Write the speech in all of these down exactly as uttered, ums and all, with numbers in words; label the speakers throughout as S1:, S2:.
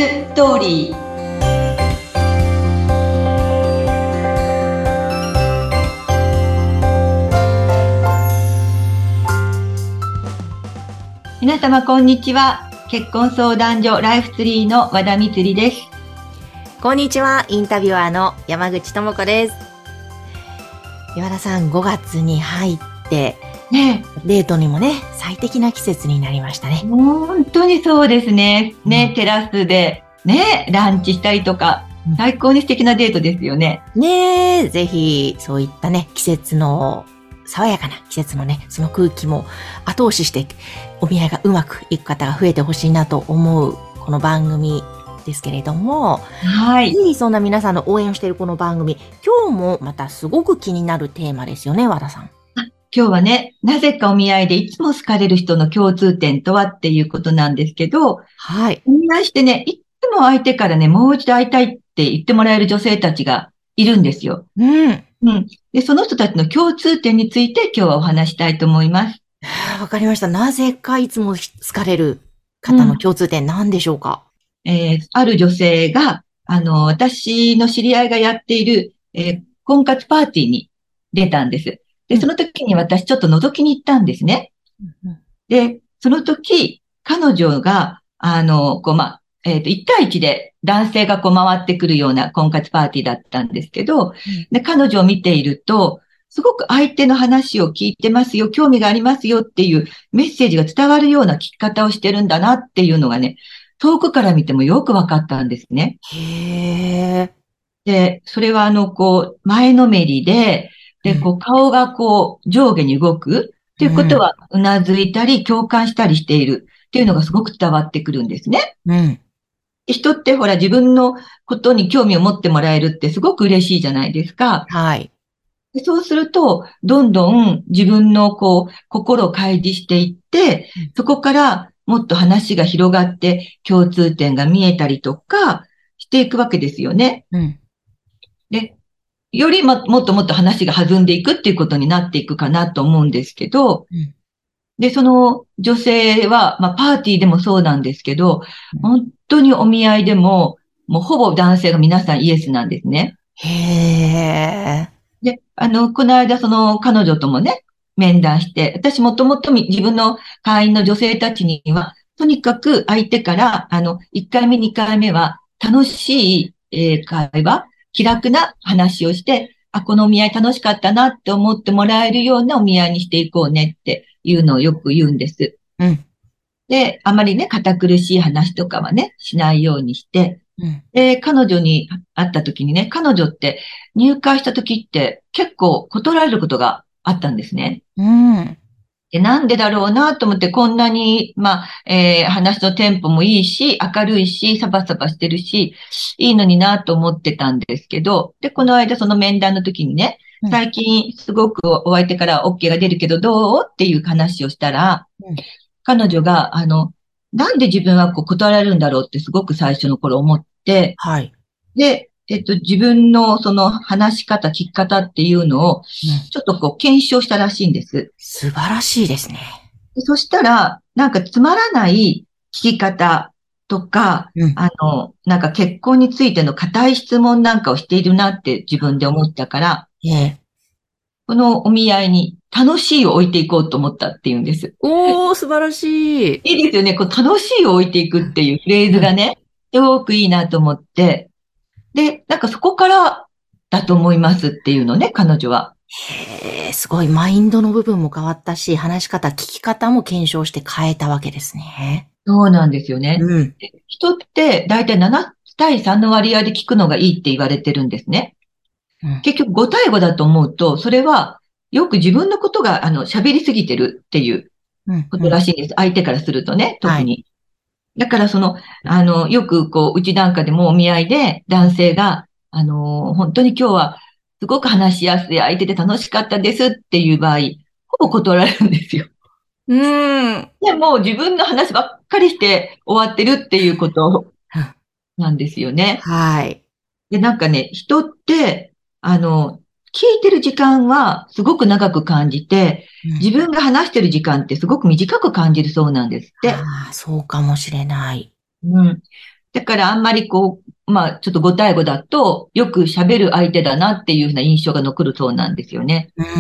S1: ストーリー。皆様こんにちは。結婚相談所ライフツリーの和田光です。
S2: こんにちは。インタビュアーの山口智子です。岩田さん、ごがつに入って
S1: ね
S2: え、デートにもね、最適な季節になりましたね。
S1: 本当にそうですね。ね、うん、テラスでね、ランチしたりとか、最高に素敵なデートですよね。
S2: ねえ、ぜひ、そういったね、季節の、爽やかな季節のね、その空気も後押しして、お見合いがうまくいく方が増えてほしいなと思う、この番組ですけれども、
S1: はい。
S2: ぜひそんな皆さんの応援をしているこの番組、今日もまたすごく気になるテーマですよね、和田さん。
S1: 今日はね、なぜかお見合いでいつも好かれる人の共通点とはっていうことなんですけど、
S2: はい。
S1: お見合いしてね、いつも相手からね、もう一度会いたいって言ってもらえる女性たちがいるんですよ。
S2: うん。
S1: うん。で、その人たちの共通点について今日はお話したいと思います。
S2: わかりました。なぜかいつも好かれる方の共通点何でしょうか？
S1: うん、えー、ある女性が、あの、私の知り合いがやっている、えー、婚活パーティーに出たんです。で、その時に私ちょっと覗きに行ったんですね。うんうん、で、その時、彼女が、あの、こう、まあ、えっと、いち対いちで男性がこう回ってくるような婚活パーティーだったんですけど、うん、で、彼女を見ていると、すごく相手の話を聞いてますよ、興味がありますよっていうメッセージが伝わるような聞き方をしてるんだなっていうのがね、遠くから見てもよくわかったんですね。
S2: へー。
S1: で、それはあの、こう、前のめりで、で、こう、顔がこう、上下に動くっていうことは、うなずいたり、共感したりしているっていうのがすごく伝わってくるんですね。
S2: うん。
S1: 人ってほら、自分のことに興味を持ってもらえるってすごく嬉しいじゃないですか。
S2: はい。
S1: でそうすると、どんどん自分のこう、心を開示していって、そこからもっと話が広がって共通点が見えたりとかしていくわけですよね。
S2: うん。
S1: で、よりも、もっともっと話が弾んでいくっていうことになっていくかなと思うんですけど、うん、で、その女性は、まあ、パーティーでもそうなんですけど、本当にお見合いでも、もうほぼ男性が皆さんイエスなんですね。
S2: へー。
S1: で、あの、この間その彼女ともね、面談して、私もともと自分の会員の女性たちには、とにかく相手から、あの、いっかいめ、にかいめは楽しい、えー、会話、気楽な話をして、あ、このお見合い楽しかったなって思ってもらえるようなお見合いにしていこうねっていうのをよく言うんです。
S2: うん。
S1: で、あまりね、堅苦しい話とかはね、しないようにして、うん、で、彼女に会った時にね、彼女って入会した時って結構断られることがあったんですね。
S2: うん。
S1: で、なんでだろうなと思って、こんなに、まあ、えー、話のテンポもいいし、明るいし、サバサバしてるし、いいのになと思ってたんですけど、で、この間その面談の時にね、最近すごくお相手から OK が出るけどどうっていう話をしたら、うん、彼女が、あの、なんで自分はこう断られるんだろうってすごく最初の頃思って、
S2: はい。
S1: で、えっと、自分のその話し方、聞き方っていうのを、ちょっとこう検証したらしいんです。
S2: 素晴らしいですね。
S1: でそしたら、なんかつまらない聞き方とか、うん、あの、なんか結婚についての固い質問なんかをしているなって自分で思ったから、
S2: ええ、
S1: このお見合いに楽しいを置いていこうと思ったっていうんです。
S2: おー、素晴らしい。
S1: いいですよね。こう楽しいを置いていくっていうフレーズがね、すごくいいなと思って、で、なんかそこからだと思いますっていうのね、彼女は。
S2: へえ、すごい。マインドの部分も変わったし、話し方、聞き方も検証して変えたわけですね。
S1: そうなんですよね。
S2: うん、
S1: 人ってだいたいなな対さんの割合で聞くのがいいって言われてるんですね。うん、結局ご対ごだと思うと、それはよく自分のことがあの喋りすぎてるっていうことらしいんです。うんうん、相手からするとね、特に。はい、だからその、あの、よくこう、うちなんかでもお見合いで男性が、あの、本当に今日はすごく話しやすい相手で楽しかったですっていう場合、ほぼ断られるんですよ。
S2: うん。
S1: でも自分の話ばっかりして終わってるっていうことなんですよね。
S2: はい。
S1: で、なんかね、人って、あの、聞いてる時間はすごく長く感じて、自分が話してる時間ってすごく短く感じるそうなんですって。
S2: ああ、そうかもしれない。
S1: うん。 だからあんまりこう、まあ、ちょっとご対ごだと、よく喋る相手だなっていうふうな印象が残るそうなんですよね。
S2: うん。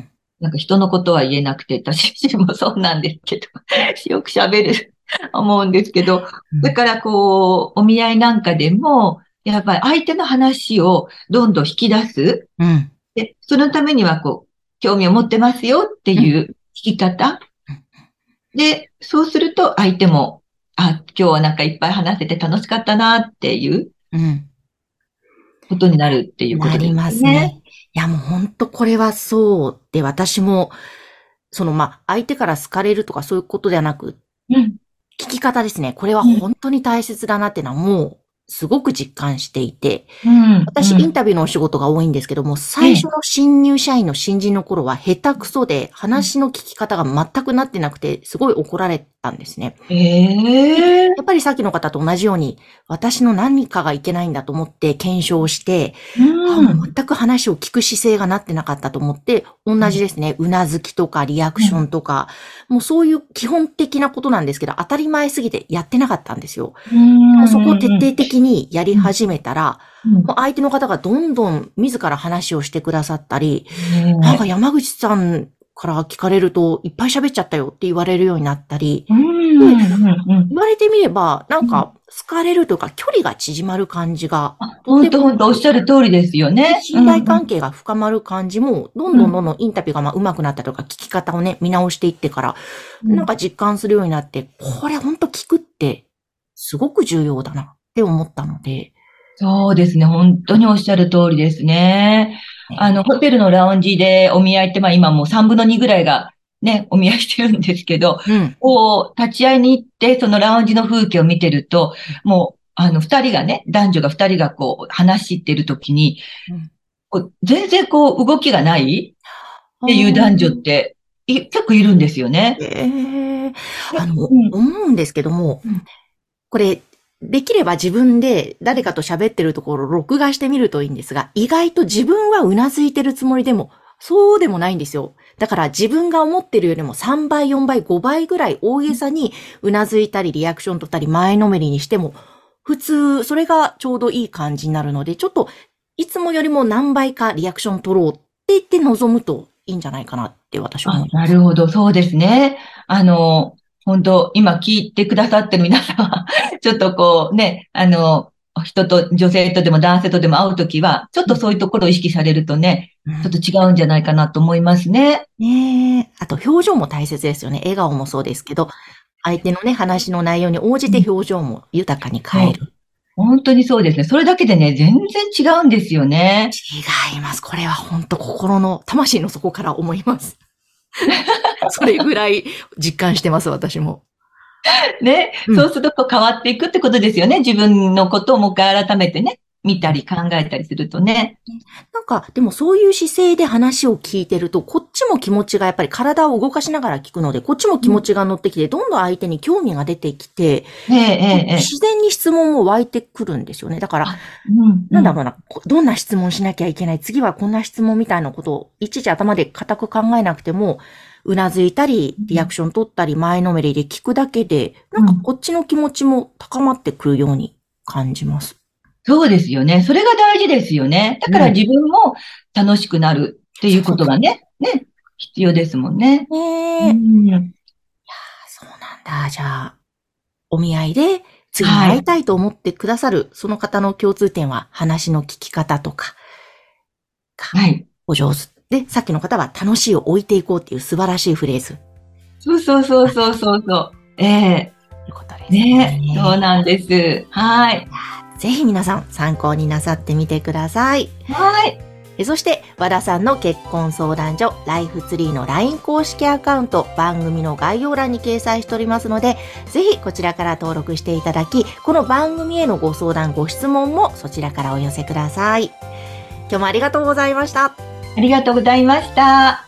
S1: なんか人のことは言えなくて、私自身もそうなんですけど、よく喋る、思うんですけど、だからこう、お見合いなんかでも、やっぱり相手の話をどんどん引き出す。
S2: うん。
S1: で、そのためにはこう、興味を持ってますよって
S2: うん。
S1: いう聞き方。で、そうすると相手も、あ、今日はなんかいっぱい話せて楽しかったなっていう
S2: うん。
S1: ことになるっていうことです
S2: なります
S1: ね。
S2: ね。いや、もう本当これはそうで、私も、その、まあ、相手から好かれるとかそういうことではなく、
S1: うん、
S2: 聞き方ですね。これは
S1: うん、
S2: 本当に大切だなっていうのはもう、すごく実感していて、
S1: うん、
S2: 私、
S1: うん。
S2: インタビューのお仕事が多いんですけども、
S1: ええ、
S2: 最初の新入社員の新人の頃は下手くそで、話の聞き方が全くなってなくて、すごい怒られたんですね。
S1: え
S2: で、
S1: え、
S2: やっぱりさっきの方と同じように、私の何かがいけないんだと思って検証して、
S1: う
S2: あ、もう
S1: ん、
S2: 全く話を聞く姿勢がなってなかったと思って、同じですね。うなずきとかリアクショ
S1: うん、
S2: ンとか、もうそういう基本的なことなんですけど、当たり前すぎてやってなかったんですよ。
S1: うん、
S2: でもそこを
S1: うん、
S2: 徹底的にやり
S1: うん、
S2: 始めたら、
S1: うん。
S2: もう相手の方がどんどん自ら話をしてくださったり、なんか
S1: ねえ、
S2: 山口さんから聞かれるといっぱい喋っちゃったよって言われるようになったり、
S1: うん、
S2: で、
S1: うん、うん。
S2: 言われてみれば、な
S1: うん。
S2: んか好かれるというか距離が縮まる感じが、
S1: あ、
S2: とても
S1: ほんとほんとおっしゃる通りですよ
S2: で、
S1: ね。うん、
S2: 信頼
S1: うん、
S2: 関係が深まる感じも、どん
S1: うん、
S2: どんどんどんインタビューがまあ上手くなったとか、聞き方をね、見直していってから、
S1: うん。
S2: なんか実感するようになって、これほんと聞くって、すごく重要だなって思ったので、
S1: そうですね。本当におっしゃる通りですね。あの、
S2: ね、
S1: ホテルのラウンジでお見合いって、まあ今もうさんぶんのにぐらいがね、お見合いしてるんですけど、
S2: うん。
S1: こう、立ち会いに行って、そのラウンジの風景を見てると、もう、あの、二人がね、男女が二人がこう、話してるときに、
S2: うん。
S1: こう全然こう、動きがないっ
S2: あ
S1: ていう男女っ
S2: あ、
S1: て、い結構いるんですよね。
S2: ええ、あ
S1: で、
S2: の、
S1: うん、
S2: 思うんですけども、
S1: うん、
S2: これ、できれば自分で誰かと喋ってるところを録画してみるといいんですが、意外と自分はうなずいてるつもりでも、そうでもないんですよ。だから自分が思ってるよりもさんばい、よんばい、ごばいぐらい大げさにうなずいたりリアクション取ったり前のめりにしても、普通、それがちょうどいい感じになるので、ちょっといつもよりも何倍かリアクション取ろうって言って臨むといいんじゃないかなって私は思
S1: あ、
S2: います。
S1: なるほど、そうですね。あの、本当今聞いてくださってる皆さんは、ちょっとこうね、あの、人と、女性とでも男性とでも会うときは、ちょっ
S2: うん。
S1: とそういうところを意識されるとね、
S2: うん。
S1: ちょっと違うんじゃないかなと思いますね。
S2: ねえ。あと表情も大切ですよね。笑顔もそうですけど、相手のね、話の内容に応じ
S1: うん、
S2: て表情も豊かに変え
S1: そう。
S2: る。
S1: 本当にそうですね。それだけでね、全然違うんですよね。
S2: 違います。これは本当心の、魂の底から思います。それぐらい実感してます、私も。
S1: ね。
S2: うん。
S1: そうすると変わっていくってことですよね。自分のことをもう一回改めてね、見たり考えたりするとね。
S2: なんか、でもそういう姿勢で話を聞いてると、こっちも気持ちがやっぱり体を動かしながら聞くので、こっちも気持ちが乗ってきて、どんどん相手に興味が出てきて、
S1: ええ、ええ、ええ。
S2: 自然に質問も湧いてくるんですよね。だから、
S1: あ、うん、うん。
S2: なんだろうな、こどんな質問しなきゃいけない、次はこんな質問みたいなことを、いちいち頭で固く考えなくても、うなずいたり、リアクション取ったり、前のめりで聞くだけで、なんか
S1: うん。
S2: こっちの気持ちも高まってくるように感じます。
S1: そうですよね。それが大事ですよね。だから
S2: うん。
S1: 自分も楽しくなるっていうこ
S2: そうそ
S1: とがね、ね、必要ですもんね。
S2: う。ね
S1: う
S2: え。
S1: ん。
S2: そうなんだ。じゃあ、お見合いで次に
S1: はい。
S2: 会いたいと思ってくださる、その方の共通点は話の聞き方とかが
S1: はい。
S2: お上手。で、さっきの方は楽しいを置いていこうっていう素晴らしいフレーズ。と
S1: そうそうそうそうそうそう。ええ、
S2: いうことです
S1: ね、そう
S2: ね。
S1: なんです。はい。
S2: ぜひ皆さん参考になさってみてください。
S1: はい。
S2: えそして、和田さんの結婚相談所、ライフツリーの ライン 公式アカウント、番組の概要欄に掲載しておりますので、ぜひこちらから登録していただき、この番組へのご相談、ご質問もそちらからお寄せください。今日もありがとうございました。
S1: ありがとうございました。